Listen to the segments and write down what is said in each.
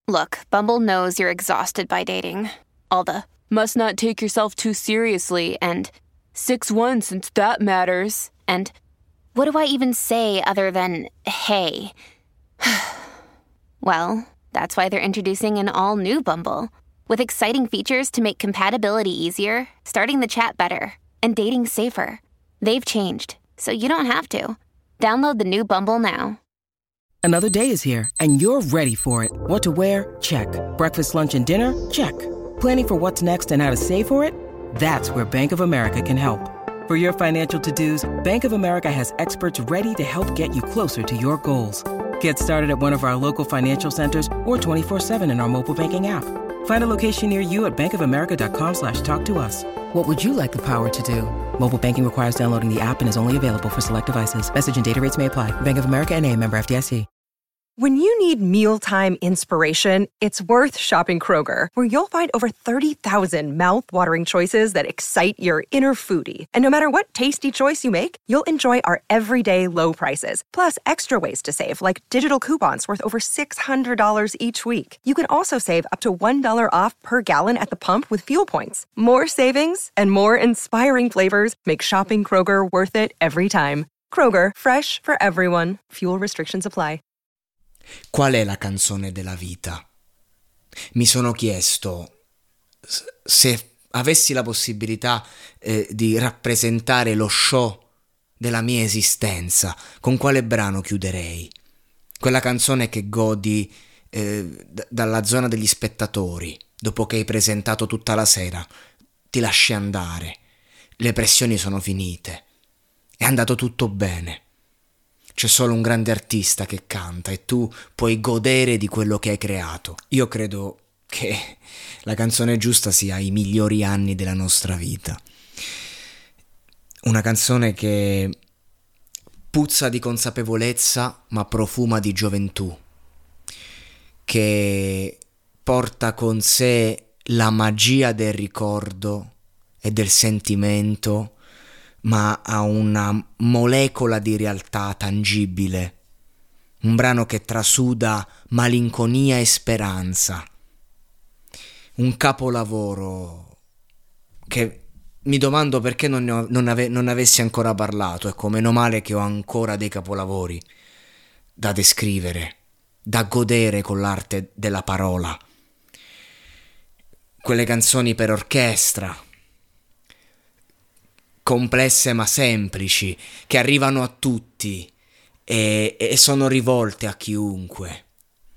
Look, Bumble knows you're exhausted by dating. All the must not take yourself too seriously and 6'1" since that matters. And what do I even say other than hey? Well, that's why they're introducing an all-new Bumble with exciting features to make compatibility easier, starting the chat better, and dating safer. They've changed, so you don't have to. Download the new Bumble now. Another day is here, and you're ready for it. What to wear? Check. Breakfast, lunch, and dinner? Check. Planning for what's next and how to save for it? That's where Bank of America can help. For your financial to-dos, Bank of America has experts ready to help get you closer to your goals. Get started at one of our local financial centers or 24/7 in our mobile banking app. Find a location near you at bankofamerica.com/talktous. What would you like the power to do? Mobile banking requires downloading the app and is only available for select devices. Message and data rates may apply. Bank of America N.A., member FDIC. When you need mealtime inspiration, it's worth shopping Kroger, where you'll find over 30,000 mouth-watering choices that excite your inner foodie. And no matter what tasty choice you make, you'll enjoy our everyday low prices, plus extra ways to save, like digital coupons worth over $600 each week. You can also save up to $1 off per gallon at the pump with fuel points. More savings and more inspiring flavors make shopping Kroger worth it every time. Kroger, fresh for everyone. Fuel restrictions apply. Qual è la canzone della vita? Mi sono chiesto se avessi la possibilità di rappresentare lo show della mia esistenza, con quale brano chiuderei? Quella canzone che godi dalla zona degli spettatori, dopo che hai presentato tutta la sera, ti lasci andare, le pressioni sono finite, è andato tutto bene. C'è solo un grande artista che canta e tu puoi godere di quello che hai creato. Io credo che la canzone giusta sia I migliori anni della nostra vita. Una canzone che puzza di consapevolezza ma profuma di gioventù, che porta con sé la magia del ricordo e del sentimento, ma ha una molecola di realtà tangibile, un brano che trasuda malinconia e speranza, un capolavoro che mi domando perché non avessi ancora parlato. Ecco, meno male che ho ancora dei capolavori da descrivere, da godere con l'arte della parola, quelle canzoni per orchestra, complesse ma semplici, che arrivano a tutti e sono rivolte a chiunque.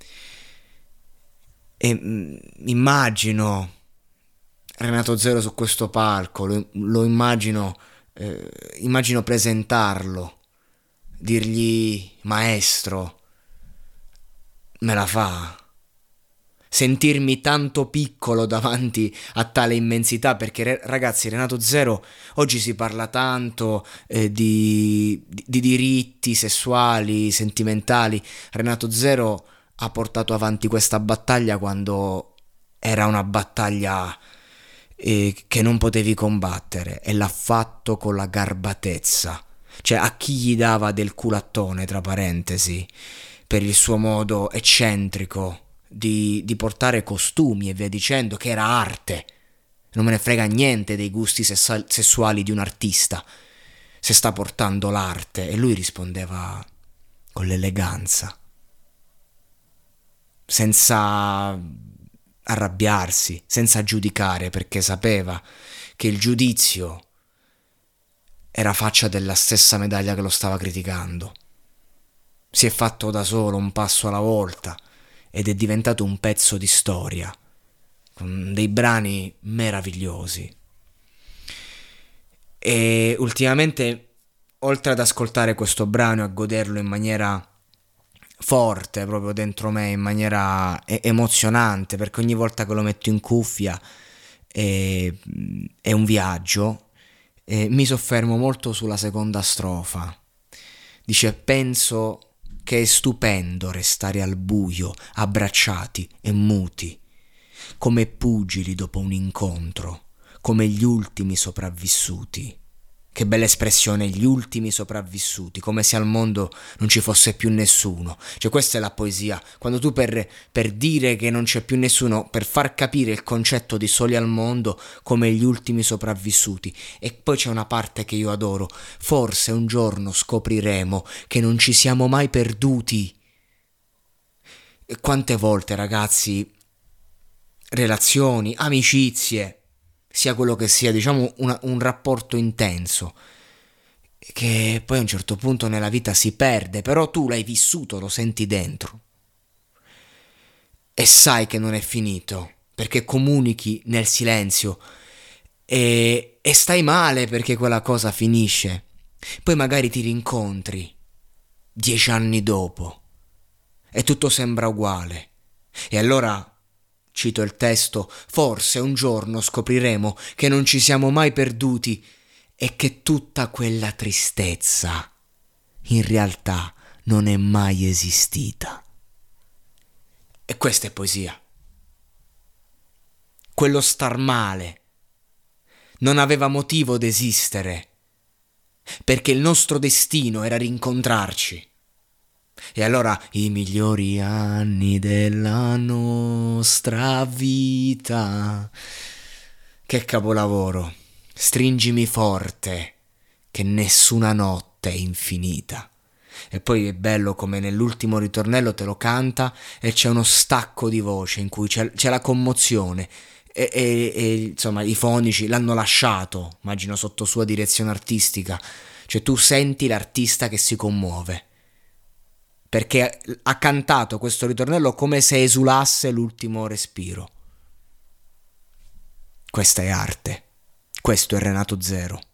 E immagino Renato Zero su questo palco, lo immagino presentarlo, dirgli maestro, me la fa? Sentirmi tanto piccolo davanti a tale immensità, perché ragazzi, Renato Zero, oggi si parla tanto di diritti sessuali, sentimentali. Renato Zero ha portato avanti questa battaglia quando era una battaglia che non potevi combattere, e l'ha fatto con la garbatezza. Cioè, a chi gli dava del culattone, tra parentesi, per il suo modo eccentrico di portare costumi e via dicendo, che era arte. Non me ne frega niente dei gusti sessuali di un artista, se sta portando l'arte. E lui rispondeva con l'eleganza, senza arrabbiarsi, senza giudicare, perché sapeva che il giudizio era faccia della stessa medaglia che lo stava criticando. Si è fatto da solo, un passo alla volta, ed è diventato un pezzo di storia, con dei brani meravigliosi. E ultimamente, oltre ad ascoltare questo brano e a goderlo in maniera forte, proprio dentro me, in maniera emozionante, perché ogni volta che lo metto in cuffia è un viaggio, mi soffermo molto sulla seconda strofa. Dice: penso che è stupendo restare al buio, abbracciati e muti, come pugili dopo un incontro, come gli ultimi sopravvissuti Che bella espressione, gli ultimi sopravvissuti, come se al mondo non ci fosse più nessuno. Cioè questa è la poesia, quando tu per dire che non c'è più nessuno, per far capire il concetto di soli al mondo come gli ultimi sopravvissuti. E poi c'è una parte che io adoro: forse un giorno scopriremo che non ci siamo mai perduti. E quante volte, ragazzi, relazioni, amicizie, sia quello che sia, diciamo un rapporto intenso, che poi a un certo punto nella vita si perde, però tu l'hai vissuto, lo senti dentro e sai che non è finito, perché comunichi nel silenzio e stai male perché quella cosa finisce. Poi magari ti rincontri 10 anni dopo e tutto sembra uguale, e allora cito il testo: forse un giorno scopriremo che non ci siamo mai perduti e che tutta quella tristezza in realtà non è mai esistita. E questa è poesia. Quello star male non aveva motivo d'esistere, perché il nostro destino era rincontrarci. E allora i migliori anni della nostra vita. Che capolavoro. Stringimi forte, che nessuna notte è infinita. E poi è bello come nell'ultimo ritornello te lo canta e c'è uno stacco di voce in cui c'è la commozione e insomma i fonici l'hanno lasciato, immagino sotto sua direzione artistica. Cioè tu senti l'artista che si commuove, perché ha cantato questo ritornello come se esulasse l'ultimo respiro. Questa è arte. Questo è Renato Zero.